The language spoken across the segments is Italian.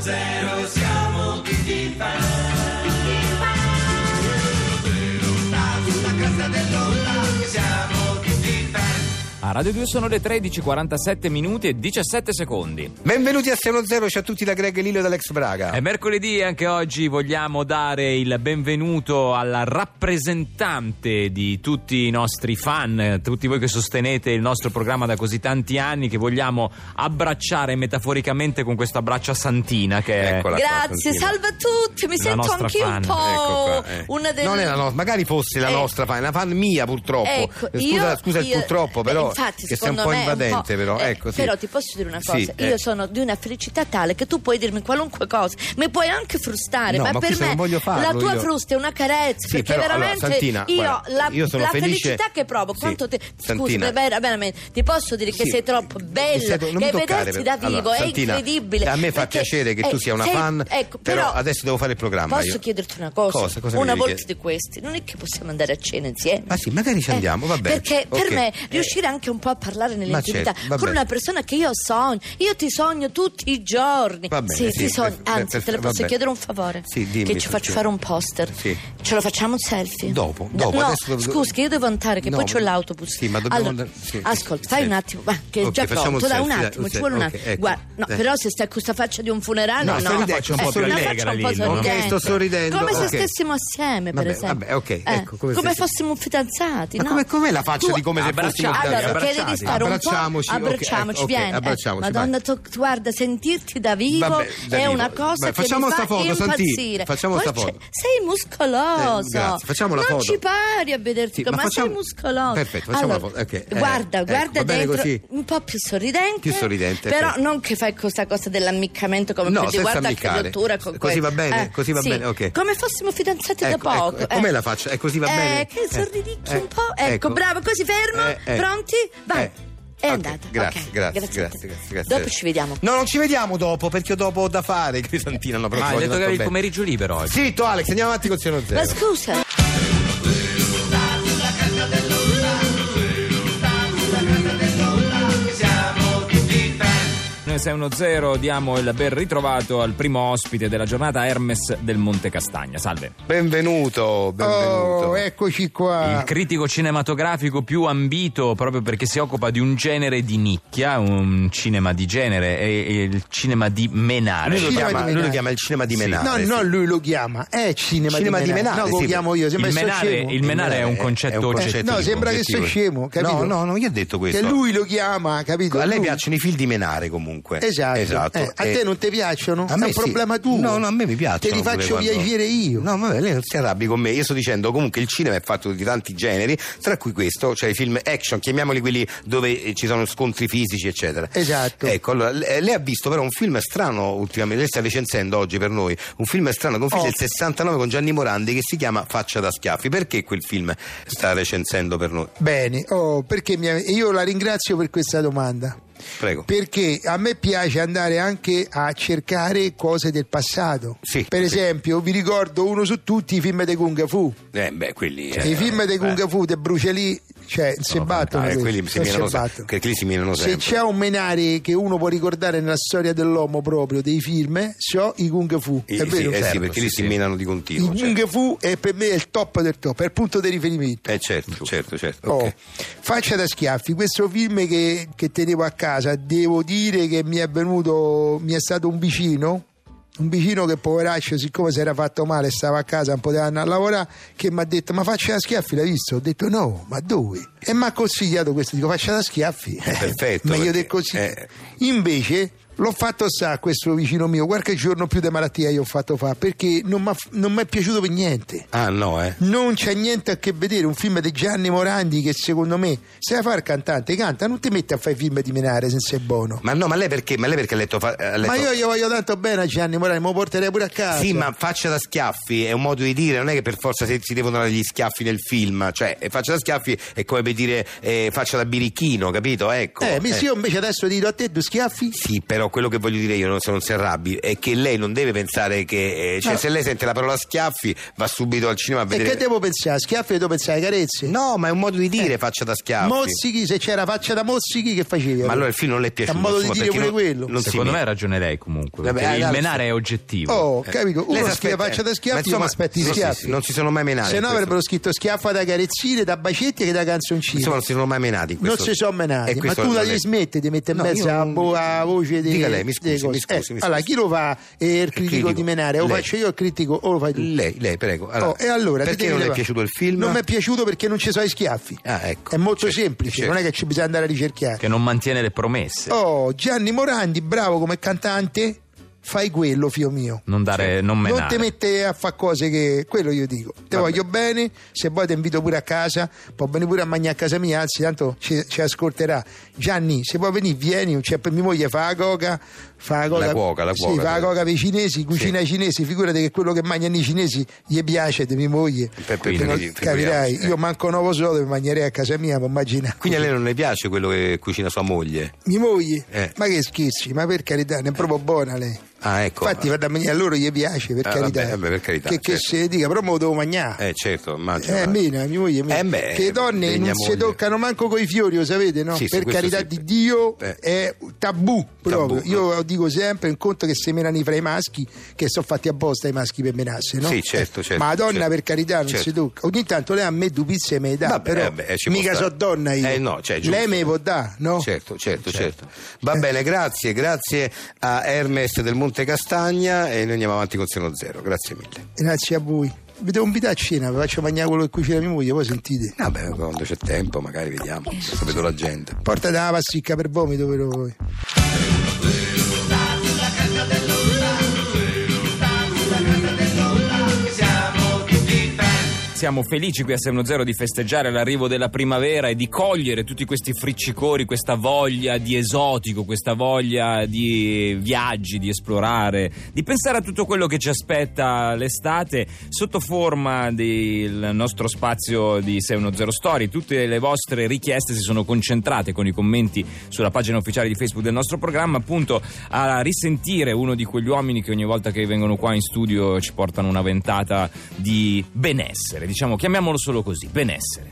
106 siamo tutti fan. Sulla cresta dell'onda siamo tutti fan. A Radio 2 sono le 13:47 minuti e 17 secondi. Benvenuti a 610, ciao a tutti da Greg Lillo e dall'ex Braga. È mercoledì e anche oggi vogliamo dare il benvenuto alla rappresentante di tutti i nostri fan, tutti voi che sostenete il nostro programma da così tanti anni, che vogliamo abbracciare metaforicamente con questo abbraccio a Santina, che è Eccola qua, Grazie, Santina. salve a tutti, mi La sento nostra anche fan, un po' Ecco qua, una delle... Non è la nostra, magari fosse la nostra fan, la fan mia purtroppo. Ecco, Scusa il purtroppo, però infatti, che sei un secondo po' me invadente, però ecco, sì. Però ti posso dire una cosa, Sì, io sono di una felicità tale che tu puoi dirmi qualunque cosa, mi puoi anche frustare, No, ma ma per questo me non voglio farlo, la tua io. frusta è una carezza, Sì, perché però, allora, veramente Santina, guarda, io sono la felice. felicità che provo, Sì, quanto te Santina. scusa, veramente ti posso dire che Sì. sei troppo bella, Non mi che toccare, vederti da vivo allora, è Santina, incredibile. a me fa perché, piacere che tu sia una fan, ecco, però adesso devo fare il programma. Posso io. chiederti una cosa? Cosa Una mi volta chiedi? di questi, non è che possiamo andare a cena insieme? Ma sì, magari ci andiamo, va bene. Perché per Ok. me riuscire anche un po' a parlare nell'intimità certo, va con bene. una persona che io sogno, io ti sogno tutti i giorni. Va bene, sì, sì, ti sogno. Anzi, te le va posso bene. chiedere un favore? Sì, dimmi, che ci faccio Santina. fare un poster. Sì. Ce lo facciamo un selfie? Dopo, No, adesso scusa, che io devo andare, che No, poi c'ho l'autobus. sì, ma dobbiamo allora, andare- sì, ascolta, sì, fai sì. un attimo, va, che è Ok, già facciamo pronto, un dai un selfie, attimo, dai, ci vuole un ok, attimo. ecco. Guarda, no, però se stai con questa faccia di un funerale, No, no. sto ridendo, faccia un po' più una allegra, faccia un po' Lillo, no? sorridente. Ok, sto sorridendo, Come se ok. stessimo assieme, per Vabbè, esempio. vabbè, ok, ecco, come come se- fossimo fidanzati, Ma no? com'è la faccia Tu- di come se fossimo abbracciati, fidanzati? Allora, perché devi stare un po'. Abbracciamoci, ok, Abbracciamoci, ok, vieni. abbracciamoci, Madonna, vai. guarda, sentirti da vivo Vabbè, da è vivo. una cosa Vai, che facciamo mi sta fa foto, Santi, impazzire. facciamo Poi sta foto. sei muscoloso. Grazie, facciamo la non foto. ci pari a vederti, Sì, ma, ma facciamo- sei muscoloso. Perfetto, facciamo Allora, la foto, ok, guarda, ecco, guarda va bene dentro, così? un po' più sorridente. Più sorridente, Però ok. non che fai questa cosa dell'ammiccamento come No, per dire, senza guarda che ammiccare. rottura con Così questo. va bene? Così va sì, bene, ok. Come fossimo fidanzati da Ecco, poco. ecco, com'è la faccia? Così va bene? Che sorridicchi un po'. Ecco, bravo, così fermo. Pronti? Vai. È Ok, andata. Grazie, Ok, grazie, a te. grazie. Dopo ci vediamo. No, non ci vediamo dopo, perché io dopo ho da fare, Crisantina, no, però Ma ci hai voglio detto che tanto avevi il bene. pomeriggio libero oggi. Zitto Alex, andiamo avanti col 1-0. Ma scusa. Noi 610 diamo il ben ritrovato al primo ospite della giornata, Hermes del Monte Castagna. Salve. Benvenuto. Oh, eccoci qua. Il critico cinematografico più ambito proprio perché si occupa di un genere di nicchia, un cinema di genere, è il cinema di menare. Lui lo Cinema chiama, di lui lo Menare. chiama il cinema di No, Menare. no, sì. lui lo chiama, è cinema di Menare. No, lo sì, chiamo io, sembra Il che sto menare, scemo. il menare è un concetto oggettivo. No, sembra che sto scemo, capito? No, no, io ho detto questo. Che lui lo chiama, capito? A lei Lui. piacciono i film di Menare comunque. Esatto. A te non ti piacciono? A me è un sì. problema tuo. No, a me mi piacciono. Te li pure faccio quando- piacere io. No, vabbè, lei non si arrabbi con me. Io sto dicendo comunque il cinema è fatto di tanti generi, tra cui questo, cioè i film action, chiamiamoli quelli dove ci sono scontri fisici, eccetera. Esatto. Ecco, allora, lei ha visto però un film strano ultimamente, lei sta recensendo oggi per noi, un film strano, che è un film del 69 con Gianni Morandi che si chiama Faccia da schiaffi. Perché quel film sta recensendo per noi? Bene, perché io la ringrazio per questa domanda. Prego. Perché a me piace andare anche a cercare cose del passato. Sì, per sì. esempio, vi ricordo uno su tutti i film di Kung Fu. Quelli. I film di Kung Fu di Bruce Lee, cioè, si battono. quelli si menano battono. quelli si menano Se sempre. c'è un menare che uno può ricordare nella storia dell'uomo proprio dei film, so i Kung Fu. È vero? Sì, perché lì si menano di I continuo. Kung Fu è per me il top del top, è il punto di riferimento. Certo. Oh, Ok. Faccia da schiaffi, questo film che tenevo a casa, devo dire che mi è stato un vicino che poveraccio, siccome si era fatto male, stava a casa, non poteva andare a lavorare, che mi ha detto: ma Faccia da schiaffi l'hai visto? Ho detto no, ma dove? E mi ha consigliato questo, dico Faccia da schiaffi, Perfetto, meglio perché- del consiglio. Invece l'ho fatto a questo vicino mio, qualche giorno più di malattia io ho fatto fare, perché non mi è piaciuto per niente. Ah no, Non c'è niente a che vedere, un film di Gianni Morandi che secondo me, se vai a fare il cantante, canta, non ti metti a fare film di menare se sei buono. Ma no, ma lei perché ha letto, Ma io gli voglio tanto bene a Gianni Morandi, me lo porterei pure a casa. Sì, ma Faccia da schiaffi è un modo di dire, non è che per forza si devono dare gli schiaffi nel film, cioè Faccia da schiaffi è come per dire faccia da birichino, capito? Ecco. Io invece adesso ti do a te due schiaffi. Sì, però però quello che voglio dire io, se non si arrabbi, è che lei non deve pensare che se lei sente la parola schiaffi va subito al cinema a vedere. E che devo pensare? Schiaffi devo pensare carezze? No, ma è un modo di dire faccia da schiaffi. Mozzichi, se c'era faccia da mozzichi che facevi? Ma allora il film non le è piaciuto. È un modo di dire pure quello. Secondo me ha ragione lei comunque. Vabbè, il menare è oggettivo. Oh, capito? Lei Uno si scrive aspetta- faccia da schiaffi, ma io mi aspetti sì, schiaffi. sì, non si sono mai menati. Se in no questo. avrebbero scritto schiaffa da carezzine, da bacetti che da canzoncine. Insomma, non si sono mai menati in Non questo. si sono menati, E ma questo tu la non devi è- smettere di mettere in No, mezzo io a non- a voce di. Dica lei, mi scusi, di cose. mi scusi. Allora, chi lo fa il critico di menare? O Lei. faccio io il critico o lo fai tu? Lei, prego. E allora, perché ti non devi le è levare. piaciuto il film? Non mi è piaciuto perché non ci sono i schiaffi. Ah, ecco. È molto Certo, semplice, certo. non è che ci bisogna andare a ricercare. Che non mantiene le promesse. Oh, Gianni Morandi, bravo come cantante, fai quello, fio mio. Non menare. Non ti mette a fare cose che. Quello io dico. Te voglio bene, se vuoi ti invito pure a casa, può venire pure a mangiare a casa mia, anzi tanto ci ascolterà. Gianni, se vuoi venire, vieni, c'è per mia moglie fa la coca. Fa la coca. La cuoca, Sì, fa la coca per i cinesi, cucina ai cinesi, figurati che quello che mangiano i cinesi gli piace di mia moglie. Capirai, io manco un uovo sodo e mangerei a casa mia, può immaginare. Quindi a lei non le piace quello che cucina sua moglie? Mia moglie? Eh. Ma che scherzi, ma per carità, ne è proprio buona lei. Ah, ecco. Infatti vado a mangiare, a loro gli piace, per carità. Vabbè, per carità, Che certo. se dica, però me lo devo mangiare. Certo, immagino. Mia moglie, beh, che le donne degna non si moglie. toccano manco coi fiori, lo sapete, no? Sì, sì, per questo carità sì. di Dio Eh. è tabù proprio. Tabù. Io dico sempre un conto che seminano fra i maschi, che sono fatti apposta i maschi per menarsi, no? Sì, certo, certo, Ma la donna certo. per carità non Certo. si tocca. Ogni tanto lei a me due pizze me le dà, Vabbè, però vabbè, ci può mica stare. so donna io. No, cioè, giusto. Lei me le può dare, no? Certo. Va bene, grazie a Hermes del Monte Castagna e noi andiamo avanti con Seno Zero. Grazie mille. Grazie a voi. Vi devo invitare a cena, vi faccio mangiare quello che cucina mia moglie, poi sentite. Vabbè, quando c'è tempo magari vediamo. Adesso vedo la gente. Portate la pasticca per vomito per voi. Siamo tutti fan. Siamo felici qui a 610 di festeggiare l'arrivo della primavera e di cogliere tutti questi friccicori, questa voglia di esotico, questa voglia di viaggi, di esplorare, di pensare a tutto quello che ci aspetta l'estate sotto forma del nostro spazio di 610 Story. Tutte le vostre richieste si sono concentrate con i commenti sulla pagina ufficiale di Facebook del nostro programma appunto a risentire uno di quegli uomini che ogni volta che vengono qua in studio ci portano una ventata di benessere. Diciamo, chiamiamolo solo così, benessere.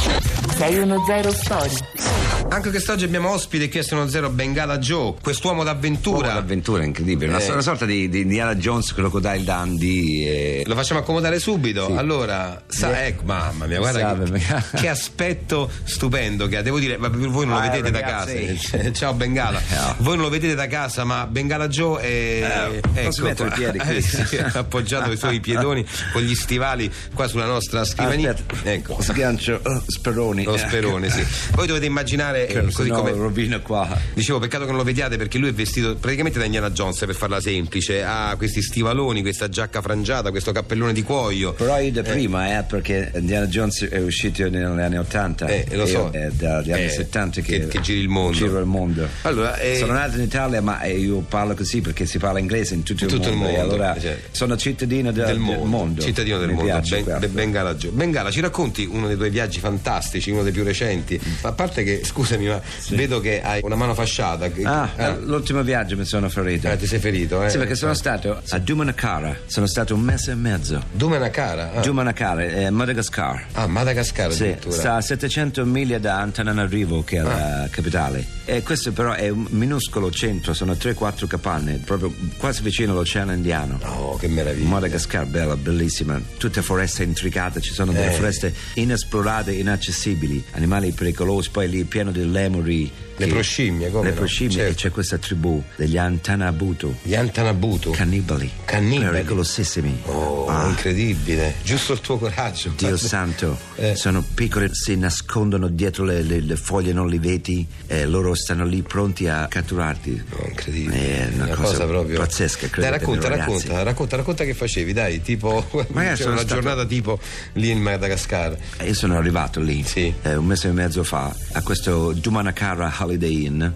610 Story. Anche quest'oggi abbiamo ospite qui a Seno Zero Bengala Joe, quest'uomo d'avventura. L'avventura incredibile, una sorta di Indiana Jones, Crocodile Dundee. Lo facciamo accomodare subito. Allora, ecco, mamma mia, guarda che aspetto stupendo che ha. Devo dire, voi non lo vedete da ragazzi. casa. Ciao Bengala. Voi non lo vedete da casa, ma Bengala Joe è non si mettono i piedi qui. sì, appoggiato i suoi piedoni con gli stivali qua sulla nostra scrivania. Aspetta, Ecco. sgancio Speroni. Lo sperone, sì. Voi dovete immaginare così come rovina qua. dicevo, peccato che non lo vediate perché lui è vestito praticamente da Indiana Jones, per farla semplice. Ha questi stivaloni, questa giacca frangiata, questo cappellone di cuoio. Però io da prima, perché Indiana Jones è uscito negli anni 80 lo so. È dagli anni 70 che giri il mondo. Giro il mondo. Allora, sono nato in Italia, ma io parlo così perché si parla inglese in tutto il mondo. E allora certo. sono cittadino del mondo. Cittadino del Mi mondo. piace, guarda. Bengala Joe. Bengala, ci racconti uno dei tuoi viaggi fantastici, uno dei più recenti? A parte che, scusami, ma vedo che hai una mano fasciata. L'ultimo viaggio mi sono ferito. Ti sei ferito, Sì, perché sono stato a Dumanakara, sono stato un mese e mezzo. Dumanakara? Dumanakara, Madagascar. Madagascar Sì, addirittura. sta a 700 miglia da Antananarivo, che è la capitale. E questo però è un minuscolo centro, sono 3-4 capanne, proprio quasi vicino all'Oceano Indiano. Oh, che meraviglia. Madagascar, bella, bellissima, tutte foreste intricate, ci sono delle foreste inesplorate, inaccessibili, animali pericolosi, poi lì pieno di lemuri. Le proscimmie, come no? Leproscimmie, Certo. e c'è questa tribù degli Antanabuto, Gli Antanabuto. cannibali, pericolosissimi. Incredibile. Giusto il tuo coraggio. Dio santo, sono piccoli, si nascondono dietro le foglie, non li vedi, e loro stanno lì pronti a catturarti. Incredibile. È una cosa proprio pazzesca, dai, credetemi, ragazzi. racconta che facevi, dai, tipo Magari c'era sono una stato- giornata tipo lì in Madagascar. Io sono arrivato lì Sì. un mese e mezzo fa a questo Dumanakara Holiday Inn,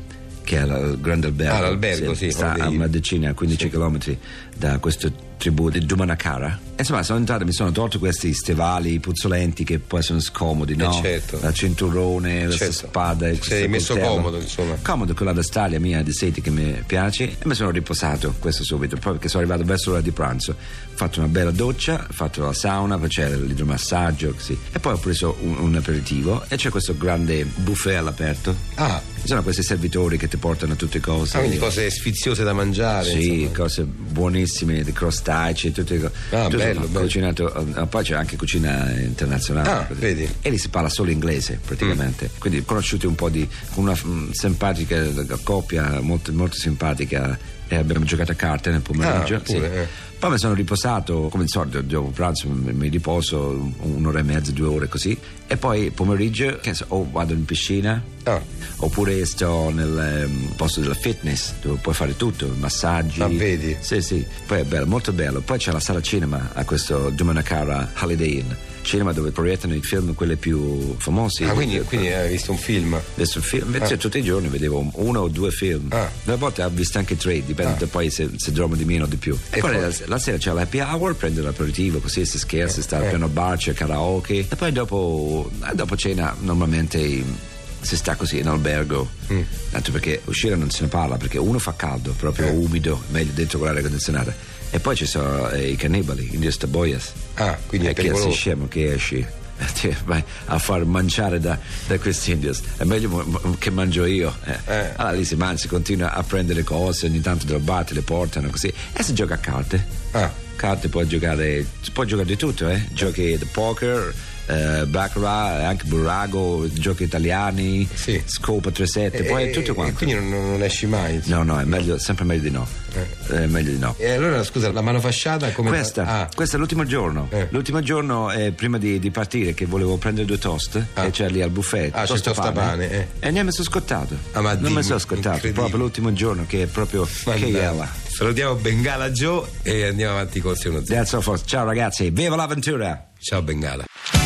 che è il Grande Albergo. L'albergo, sì, sta a una decina, a 15 chilometri da questo tribù di Dumanakara. Insomma, sono entrato, mi sono tolto questi stivali puzzolenti che poi sono scomodi, no? Certo. La cinturone, la Certo. spada. Sei messo comodo, insomma. Comodo con la vestaglia mia di seti che mi piace, e mi sono riposato questo subito. Poi perché sono arrivato verso l'ora di pranzo, ho fatto una bella doccia, ho fatto la sauna, poi c'era l'idromassaggio, così. E poi ho preso un aperitivo e c'è questo grande buffet all'aperto. Ci sono questi servitori che ti portano tutte cose. Quindi cose sfiziose da mangiare. Sì, insomma. cose buonissime, di crostacei, tutte cose. Bello. Cucinato, poi c'è anche cucina internazionale. Vedi. E lì si parla solo inglese praticamente. Quindi ho conosciuto un po' con una simpatica coppia, molto, molto simpatica, e abbiamo giocato a carte nel pomeriggio. Pure. Poi mi sono riposato, come al solito, dopo pranzo mi riposo un'ora e mezza, 2 ore così, e poi pomeriggio o vado in piscina oppure sto nel posto della fitness dove puoi fare tutto, massaggi. Vedi? Sì, poi è bello, molto bello. Poi c'è la sala cinema a questo Dumanakara Holiday Inn, cinema dove proiettano i film, quelli più famosi. Quindi hai visto un film? Adesso il film, invece tutti i giorni vedevo 1 o 2 film. Delle volte ho visto anche 3, dipende poi se dormo di meno o di più. E poi la sera c'è l'happy hour, prendo l'aperitivo, così si scherza, sta al piano bar, c'è karaoke, e poi dopo cena normalmente si sta così in albergo, tanto perché uscire non se ne parla, perché uno fa caldo, proprio umido, meglio dentro con l'aria condizionata, e poi ci sono i cannibali, Indios Taboyas, quindi è che pericoloso. sei scemo che esci vai a far mangiare da questi indios, è meglio che mangio io. Allora lì si continua a prendere cose, ogni tanto dal bar te le portano così, e si gioca a carte. Carte puoi giocare di tutto, giochi di poker, baccarat, anche burrago, giochi italiani, scopa 3-7, poi tutto quanto. Quindi non esci mai, insomma. No, è meglio, sempre meglio di no. Meglio di no. E allora scusa, la manofasciata come questa è l'ultimo giorno. L'ultimo giorno prima di partire, che volevo prendere 2 toast, e c'è lì al buffet c'è tostapane, e non mi sono scottato. Non mi sono scottato, proprio l'ultimo giorno, che è proprio che salutiamo Bengala Joe e andiamo avanti con 610. That's all, folks. Ciao ragazzi, viva l'avventura. Ciao Bengala.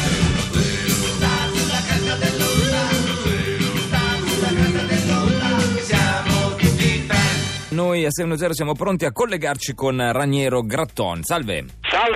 Noi a 610 siamo pronti a collegarci con Raniero Gratton. Salve.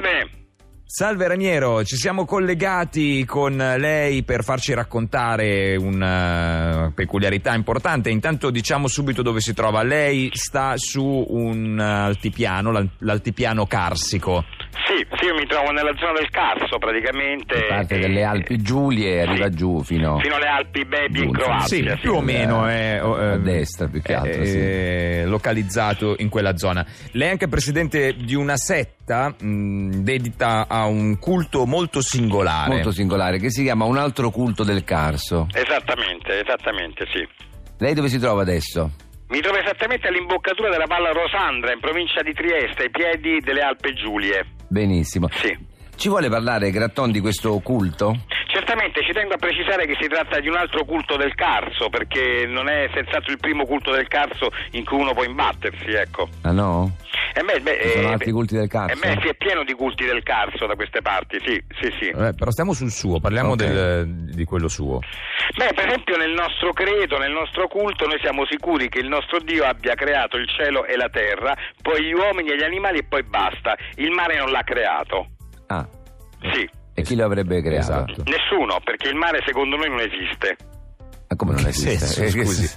Salve Raniero, ci siamo collegati con lei per farci raccontare una peculiarità importante. Intanto diciamo subito dove si trova. Lei sta su un altipiano, l'altipiano carsico. Sì, io mi trovo nella zona del Carso praticamente. Parte delle Alpi Giulie, arriva giù fino alle Alpi Bebi in Croazia. Sì, più o meno a destra più che altro, localizzato in quella zona. Lei è anche presidente di una setta dedita a un culto molto singolare, che si chiama Un altro culto del Carso. Esattamente, sì. Lei dove si trova adesso? Mi trovo esattamente all'imboccatura della Valle Rosandra, in provincia di Trieste, ai piedi delle Alpi Giulie. Benissimo. Sì. Ci vuole parlare, Gratton, di questo culto? Certamente, ci tengo a precisare che si tratta di un altro culto del Carso, perché non è senz'altro il primo culto del Carso in cui uno può imbattersi, ecco. Ah no? Ci sono altri culti del Carso? Sì, è pieno di culti del Carso da queste parti, sì. Però stiamo sul suo, parliamo di quello suo. Per esempio nel nostro credo, nel nostro culto, noi siamo sicuri che il nostro Dio abbia creato il cielo e la terra, poi gli uomini e gli animali, e poi basta. Il mare non l'ha creato. Ah. Sì. E chi lo avrebbe creato? Esatto. Nessuno, perché il mare secondo noi non esiste. Ma come non esiste? Scusi.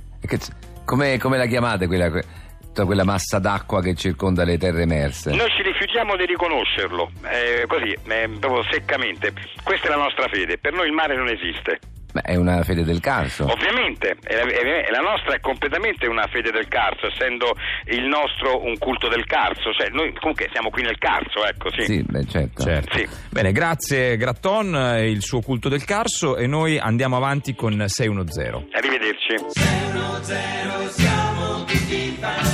Come la chiamate quella massa d'acqua che circonda le terre emerse? Noi ci rifiutiamo di riconoscerlo, così, proprio seccamente. Questa è la nostra fede, per noi il mare non esiste. Beh, è una fede del Carso. Ovviamente, la nostra è completamente una fede del Carso, essendo il nostro un culto del Carso, cioè noi comunque siamo qui nel Carso, ecco, sì. Sì, beh, certo. Sì. Bene, grazie Gratton, il suo culto del Carso, e noi andiamo avanti con 610. Arrivederci. 610 siamo tutti fan.